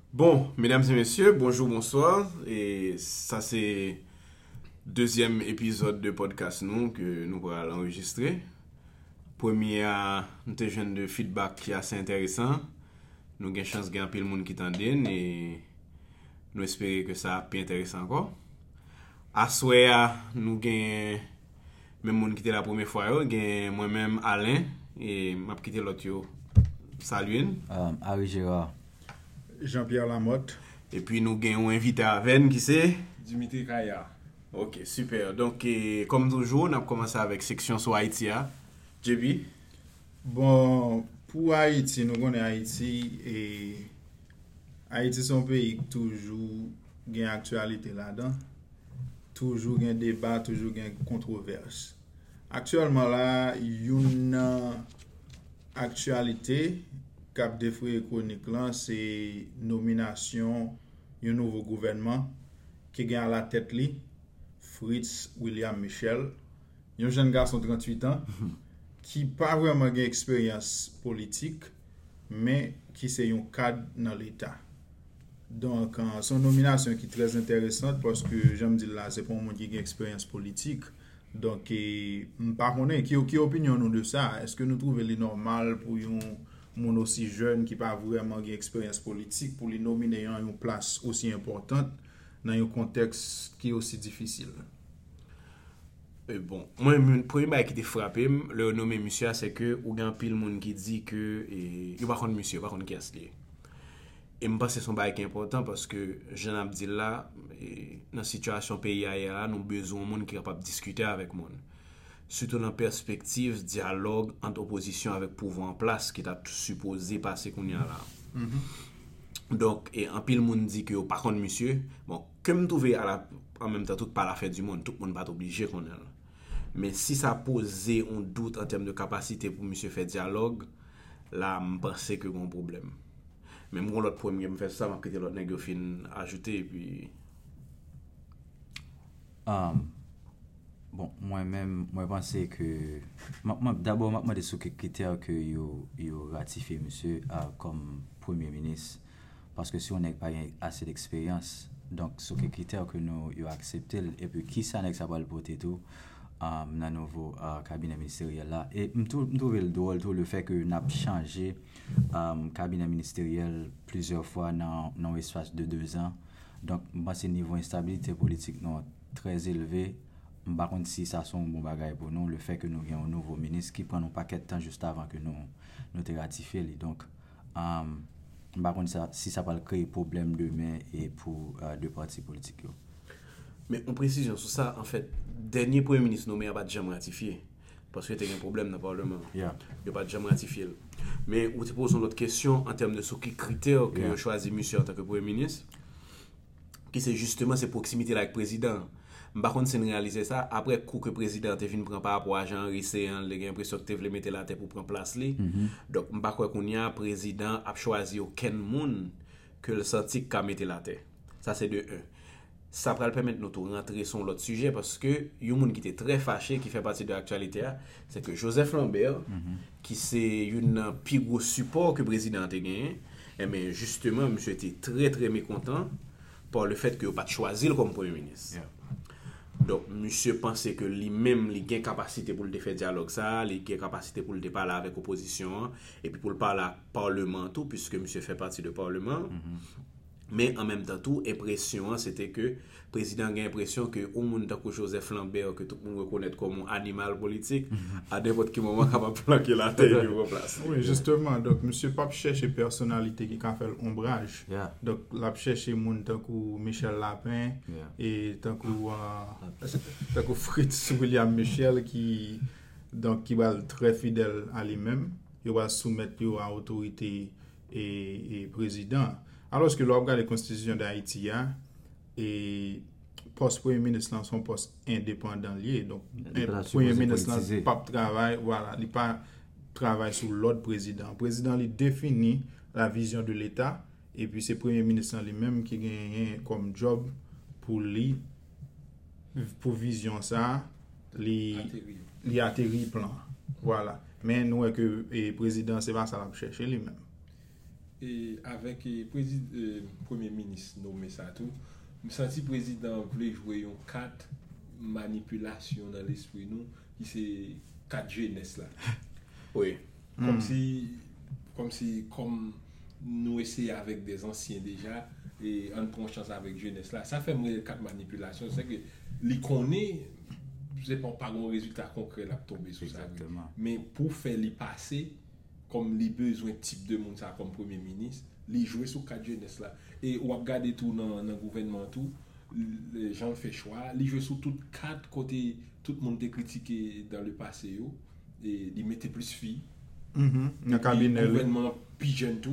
Bon, mesdames et messieurs, bonjour, bonsoir. Et ça, c'est deuxième épisode de podcast que nous allons enregistrer. Premier, nous avons jeune de feedback qui est assez intéressant. Nous avons chance de gagner le monde qui t'en donne et nous espérons que ça va intéressant encore. À soir, nous avons même monde qui était la première fois, moi-même Alain et m'a quitté l'autre. Salut. Harry Gérard. Jean-Pierre Lamotte. Et puis nous avons un invité à Vennes qui c'est Dimitri Kaya. Ok, super. Donc, comme toujours, on a commencé avec section sur Haïti. JB? Bon, pour Haïti, nous connaissons Haïti et Haïti c'est un pays qui toujours gagne actualité là-dedans. Toujours gagne débat, toujours gagne controverse. Actuellement là, il y a une actualité cap de frais chronique là, c'est nomination un nouveau gouvernement qui gagne à la tête li Fritz William Michel, un jeune garçon de 38 ans qui pas vraiment une expérience politique mais qui c'est un cadre dans l'état. Donc son nomination qui est très intéressante parce que j'aime dire là c'est pour un monde qui a une expérience politique. Donc par contre qui opinion nous de ça? Est-ce que nous trouvons les normal pour un monde aussi jeune qui pas vraiment une expérience politique pour les nominer à une place aussi importante dans un contexte qui est aussi difficile? Bon, moi, le premier bail qui t'a frappé, le nommé monsieur, c'est que ou gan pile monde qui dit que il pas contre monsieur, pas contre qui est-ce lié. Et je pense que c'est un bail qui est important parce que Jean Abdil là, dans la situation pays là, nous avons besoin de monde qui est capable de discuter avec monde. Surtout dans la perspective dialogue entre opposition avec pouvoir en place qui est supposé passer qu'on y a là. Donc, et en pile monde dit que par contre monsieur, bon, comme trouver en même temps tout pas la fête du monde, tout le monde pas obligé qu'on est là. Mais si ça posait un doute en termes de capacité pour monsieur faire dialogue, là, je pense que c'est un problème. Mais moi, l'autre premier, je fais ça, je vais l'autre nègre fin ajouter et puis. Bon, moi-même, moi pense que d'abord, moi des quelques critères que yo ratifié monsieur comme premier ministre parce que si on n'a pas assez d'expérience, donc sur quelques critères que nous yo accepté et puis qui ça n'est que ça va le porter tout dans nouveau cabinet ministériel là et me trouve le drôle tout le fait que n'a changé cabinet ministériel plusieurs fois dans l'espace de 2 ans. Donc c'est niveau instabilité politique non très élevé. Par contre, si ça sont bon bagage pour nous, le fait que nous ayons un nouveau ministre qui prend un paquet de temps juste avant que nous te ratifier. Donc, par contre, si ça va créer problème demain et pour deux partis politiques. Mais en précision sur ça, en fait, dernier premier ministre nommé n'a pas jamais ratifié. Parce que y a un problème dans le Parlement. Yeah. Il n'a pas jamais ratifié. Mais on te pose une autre question en termes de ce qui critères que choisi monsieur en tant que premier ministre, qui c'est justement ses proximités avec le président. Par contre, si on réalise ça, après coup que le président te venu prendre par rapport à Jean Risséan, il a l'impression que tu voulais mettre la tête pour prendre place. Donc, je ne sais pas qu'on y a un président a choisi aucun monde que le senti qu'a mettre la tête. Ça, c'est de 1. Ça va permettre de nous rentrer sur l'autre sujet parce que il y a un monde qui était très fâché, qui fait partie de l'actualité, c'est que Joseph Lambert, qui c'est un plus gros support que le président a gagné, mais justement, monsieur était très très mécontent par le fait qu'il n'a pas choisi comme premier ministre. Yeah. Donc, monsieur pensait que lui-même, il a une capacité pour le faire dialogue, il a une capacité pour le parler avec l'opposition, et puis pour le parler au Parlement, tout, puisque monsieur fait partie du Parlement. Mais en même temps, tout, impression, c'était que le président a l'impression que au monde comme Joseph Lambert, que tout le monde reconnaît comme un animal politique, à n'importe quel moment, capable de planquer la tête et replacer. Oui, justement. Donc, M. Pape cherche une personnalité qui a fait l'ombrage. Yeah. Donc, il cherche des gens tant que Michel Lapin et tant que Fritz William Michel qui va être très fidèle à lui-même. Il va soumettre à l'autorité et président. Alors que l'on regarde la constitution d'Haïti, et poste premier ministre dans son poste indépendant lié. Donc, un premier ministre n'a pas de travail, voilà, il pas travail sur l'autre président. Le président il définit la vision de l'État et puis c'est le premier ministre lui-même qui gagne comme job pour lui, pour vision ça, lui atterrir plan. Voilà. Mais nous que le président c'est pas ça l'a chercher lui-même. et avec premier ministre nommé ça tout, me senti président voulait jouer une carte manipulation dans l'esprit nous qui c'est carte jeunesse là. Oui. Comme nous essayons avec des anciens déjà et en prend chance avec jeunesse là, ça fait une carte manipulation, c'est que les connaît c'est pas un résultat concret là tomber sur ça. Mais pour faire les passer comme les besoins type de monde ça comme premier ministre, les jouer sur cadre jeunesse là et ou regarder tout dans le gouvernement tout, les gens fait choix, les jouer sur tout quatre côtés, tout le monde est critiqué dans le passé yo et ils mettaient plus filles. Le cabinet le gouvernement pigeon tout.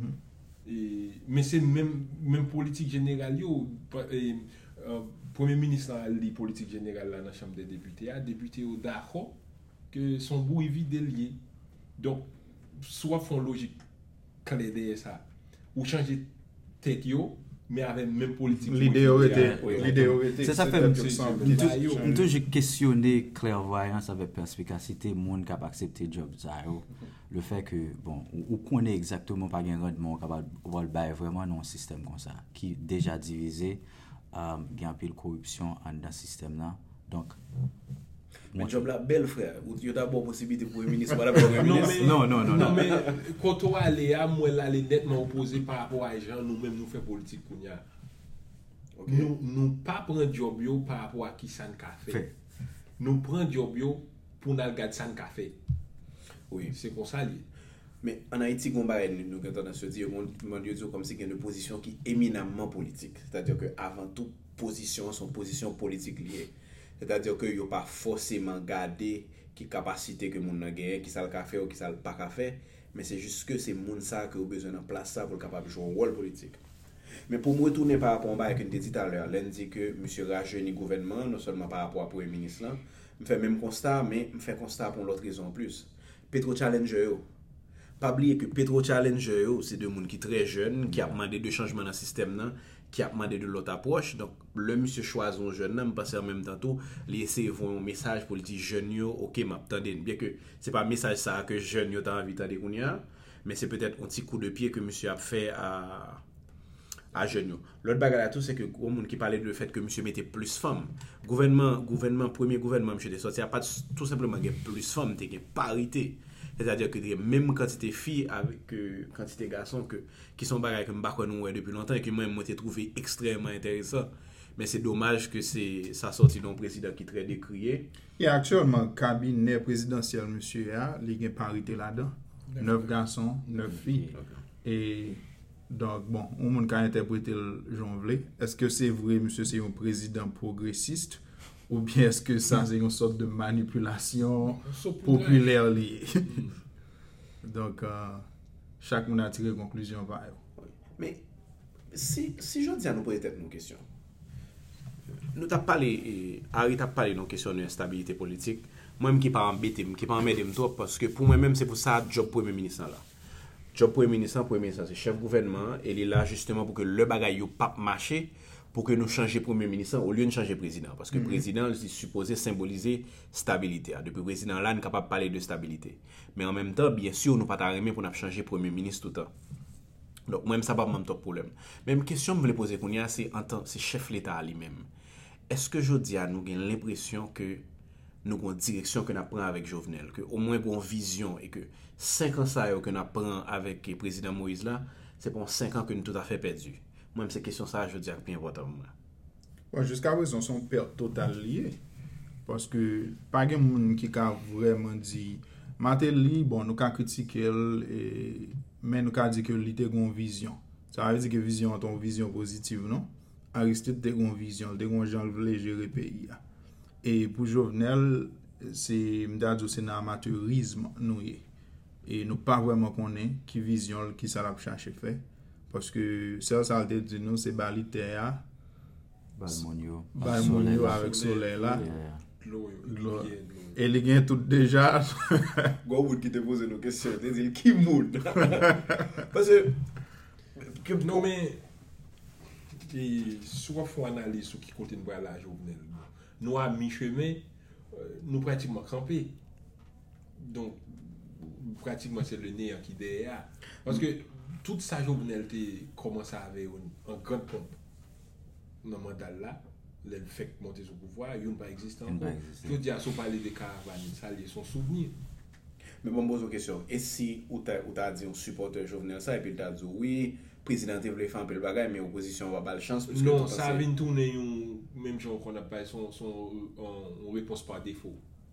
Et mais c'est même politique générale yo premier ministre a li politique générale là dans la chambre des députés a député au d'accord que son bout est vide lié. Donc soit font logique clair derrière ça ou changer tête yo mais avec même politique l'idée c'est ça fait me toujours questionner clairvoyance avec perspicacité monde capable accepter job ça le fait que bon ou connaît exactement pas gain rendement capable de bailler vraiment dans un système comme ça qui déjà divisé il y a un peu de corruption dans ce système là donc mais job la belle frère ou tu as d'abord possibilité pour le ministre voilà pour le ministre non mais quand on aller à moi là les nettement opposé par rapport à gens nous même nous fait politique kounya nous pas prendre job yo par rapport à qui ça n'a fait nous prend job yo pour nous regarder ça n'a fait oui c'est comme ça lié. Mais en Haïti, nous avons tendance à dire comme si il y a une position qui est éminemment politique. C'est-à-dire qu'avant toute position, son position politique liée. C'est-à-dire qu'il n'y a pas forcément gardé qui capacité que moun nan gagne, qui ça le faire ou qui ça le pas faire, mais c'est juste que c'est moun ça qui a besoin de place ça pour capable jouer un rôle politique. Mais pour me retourner par rapport à ce que je dit tout à l'heure, l'on dit que monsieur rajeunit gouvernement, non seulement par rapport au premier ministre là, me fait même constat, mais me fait constat pour l'autre raison en plus. Petro Challenger pas oublier que Petro Challenger c'est deux monde qui très jeunes qui a demandé de changement dans le système là qui a demandé de l'autre approche donc le monsieur choisit un jeune homme parce en même temps tout les essayer un message politique jeune yo OK m'attendez bien que c'est pas message ça que jeune yo t'as envie d'entendre kounya mais c'est peut-être un petit coup de pied que monsieur a fait à jeune yo. L'autre bagarre là tout c'est que gros monde qui parlait de fait que monsieur mettait plus femmes gouvernement premier gouvernement monsieur de sorti a pas tout simplement plus femmes t'es parité. C'est-à-dire que même quantité filles avec quantité garçons qui sont bagages que m'pas connait depuis longtemps et que moi j'ai trouvé extrêmement intéressant. Mais c'est dommage que ça sorti d'un président qui très décrié. Et actuellement cabinet présidentiel monsieur a il y a parité là-dedans. 9 garçons, 9 filles. Et donc bon, on monde ka interpréter le jonvlé. Est-ce que c'est vrai monsieur c'est un président progressiste? Ou bien est-ce que ça c'est une sorte de manipulation populaire liée? Donc, chaque monde a tiré conclusion par eux. Mais si je dis à nous poser peut-être une question, nous t'as parlé, Harry t'a parlé d'une question d'instabilité politique, moi-même qui pas embêté, qui pas emmêté trop, parce que pour moi-même c'est pour ça job premier ministre là. Job premier ministre c'est chef gouvernement, et il est là justement pour que le bagaille yo pas marcher. Pour que nous changions premier ministre au lieu de changer président. Parce que le président est supposé symboliser stabilité. Depuis le président là, nous sommes capables de parler de stabilité. Mais en même temps, bien sûr, nous ne pouvons pas pour nous changer premier ministre tout le temps. Donc, moi, ça n'a pas de problème. Même question que je voulais poser, c'est chef l'État lui-même. Est-ce que je dis à nous, nous avons l'impression que nous avons une direction que nous prenons avec Jovenel, que au moins nous avons une vision et que 5 ans ça que nous prenons avec le président Moïse là, c'est pour 5 ans que nous tout à fait perdu. Même ces questions ça je veux dire bien important. Bon, jusqu'à présent sont perte totale liée parce que pas de monde qui a vraiment dit Matéli bon nous ca critiquer mais nous ca dit que il a une vision. Ça veut dire que vision est une vision positive non? Aristide a une vision, il a une gens veulent gérer pays. Et pour Jovenel c'est un amateurisme nous et nous pas vraiment connaît qui vision qui ça l'a chercher faire. Parce que ça a dit nous c'est Baliterre Balmonio avec soleil là et il gagne tout déjà Gowood qui te pose nos questions te dit qui mood parce que non mais soit faut analyse sur qui continue pour la Jovenel nous à mi-chemin nous pratiquement campé donc pratiquement c'est le néant qui derrière parce que tout sa Jovenel te commencé avec un grand pompe dans le mandat là, le fait monter au pouvoir, il n'a pas existé encore. Je dis à son parler de caravane, ça c'est son souvenir. Mais bon, pose une question. Et si ou t'as dit un supporter Jovenel ça et puis t'as dit oui, président voulait faire un peu le bagage, mais l'opposition va pas le chance. Non, ça vient tourner même genre qu'on a pas son réponse par défaut.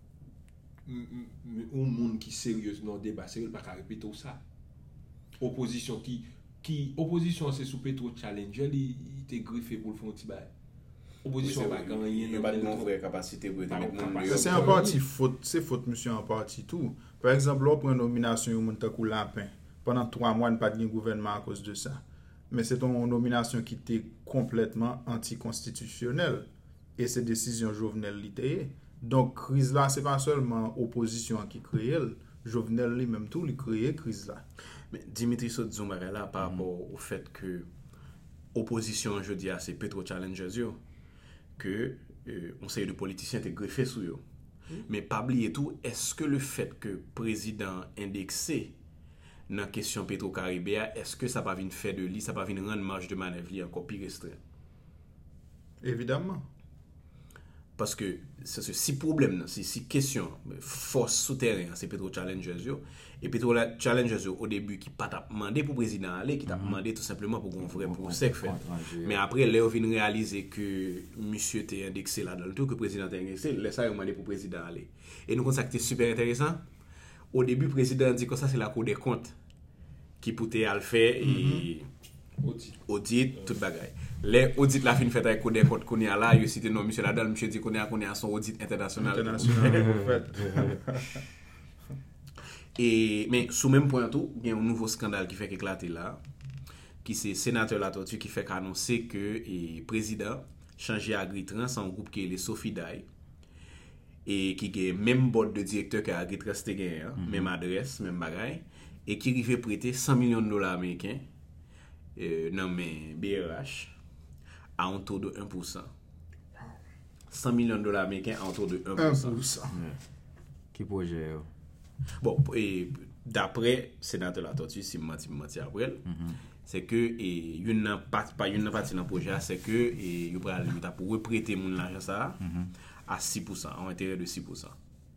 Un monde qui sérieux dans le débat, sérieux pas répéter tout ça. Opposition opposition c'est sous Petro Challenger, il était griffé pour le faire un petit bail. Opposition pas gagner, il n'y a pas de vraie capacité pour être c'est en partie faute, c'est faute monsieur en partie tout. Par exemple, on prend une nomination moun ta kou lapin. Pendant 3 mois, il n'y a pas de gouvernement à cause de ça. Mais c'est une nomination qui était complètement anticonstitutionnelle. Et c'est décision Jovenel l'ité. Donc, crise là, c'est pas seulement opposition qui crée, Jovenel lui-même tout, il crée crise là. Mais Dimitri Sotzoumbara là, par rapport au fait que opposition, je dis, c'est Petro Challengers, que on sait de politiciens étaient greffés sur eux. Mais pas oublier tout, est-ce que le fait que le président indexé dans la question Petro-Caribéa, est-ce que ça va venir faire de lui, ça va venir rendre marge de manœuvre encore plus restreinte? Évidemment. Parce que si problème, si question, force souterraine, c'est Petro Challengers, et Petro Challengers au début qui pas t'a demandé pour le président aller, qui t'a demandé tout simplement pour qu'on vrai procès fait. Mais après, là, on vient réaliser que monsieur était indexé là dans le tout, que le président était indexé, laisse ça demandé pour le président aller. Et nous, c'était super intéressant. Au début, le président dit que ça, c'est la Cour des comptes qui pouvait le faire et audit, tout bagaille. Les audits la fin fait avec Cour des comptes qu'on y a là, il cite non monsieur là-dedans, monsieur dit qu'on y a son audit international. Et mais sous même point tout, il y a un nouveau scandale qui fait éclater là, qui c'est sénateur La Tortue qui fait annoncer que le président changé à Agritrans en groupe qui est les Sofidaï et qui a même board de directeur que Agritrans te gagne, même adresse, même bagaille et qui arrive prêter $100 millions américains dans mes BRH à un taux de 1%. $100 millions américains à un taux de 1%. Qui projet? Bon, et d'après sénateur La Tortue, si je menti après, c'est que il n'y a pas dans le projet, c'est que il y a pour reprêter mon l'argent ça à 6%, en intérêt de 6%.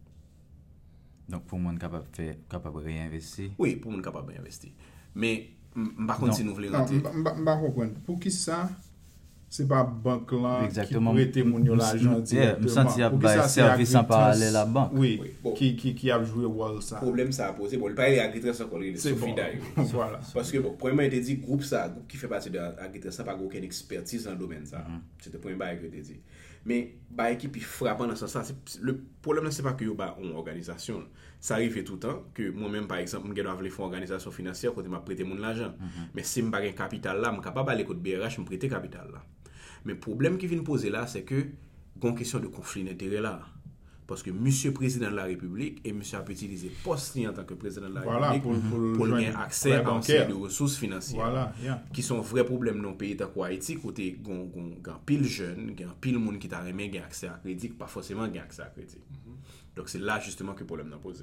Donc pour monde capable de réinvestir. Oui, pour monde capable de réinvestir. Mais par contre si nous voulons rentrer, comprendre. Pour qui ça? C'est pas banque là qui prête mon l'argent directement. Me senti à bailler service en parallèle à la banque. Oui, bon. qui a joué rôle ça. Problème ça a posé, bon, le pas Agritrans encore les Sofidaï. Voilà. Parce que bon, premièrement il était dit groupe qui fait partie de Agritrans ça pas aucune expertise dans le domaine ça. C'était le premier bail que était dit. Mais bail qui puis frappant dans ça, le problème là c'est pas que yo ba une organisation. Ça arrive tout le temps que moi-même par exemple, je dois faire une organisation financière côté m'a prêter mon l'argent. Mais si me pas un capital là, me capable aller côté BRH me prêter capital là. Mais le problème qui vient poser là, c'est que il y a une question de conflit d'intérêt là. Parce que monsieur président de la République et monsieur a pu utiliser poste en tant que président de la République pour avoir accès à un série de ressources financières qui sont vrais problèmes dans le pays de Haïti, côté grand pile jeune, grand pile monde qui t'a remis accès à crédit, pas forcément accès à crédit. Donc c'est là justement que le problème n'a posé.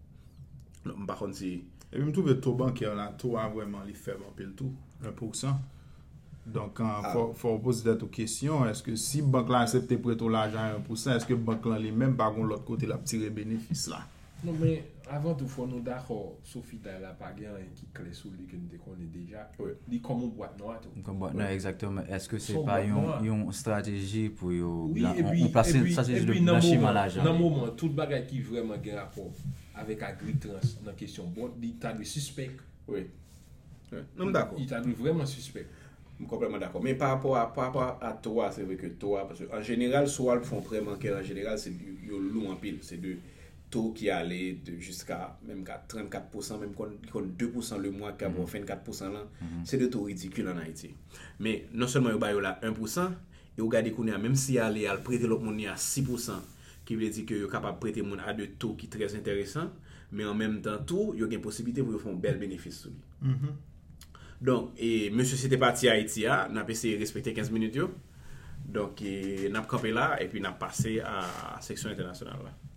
Par contre, si et même tout le taux bancaire là, tout a vraiment les faibles en pile tout, 1%. Donc, il faut poser cette question. Est-ce que si la banque accepte de prêter l'argent à 1%, est-ce que la banque lui-même, par contre, l'autre côté, la tirer bénéfice là? Non, mais avant tout, il faut nous d'accord, Sophie n'a pas rien qui clé sur lui que nous connaissons déjà. Il comme une boîte noire. Comme boîte noire, exactement. Est-ce que c'est pas une stratégie pour placer une stratégie de blanchiment l'argent? Dans le moment, tout bagage qui vraiment a rapport avec Agritrans dans la question boîte, il t'a de suspect. Oui. Non, d'accord. Il t'a vraiment suspect. Je suis complètement d'accord. Mais par rapport à toi, c'est vrai que toi, parce qu'en général, soit le fonds prêt bancaire, en général, c'est du loup en pile. C'est de taux qui allait jusqu'à même 34%, même quand 2% le mois, qui a 24% là, c'est de taux ridicules en Haïti. Mais non seulement il y a là 1%, et vous regardez qu'on a, même si il allait prêter l'autre monde à 6%, qui veut dire que vous êtes capable de prêter à de taux qui sont très intéressants, mais en même temps, tout, il y a une possibilité pour faire un bel bénéfice sur lui. Donc, monsieur, c'était parti à Haïti, n'a pas essayé de respecter 15 minutes. Donc, n'a pas campé là et puis n'a passé à la section internationale. Là.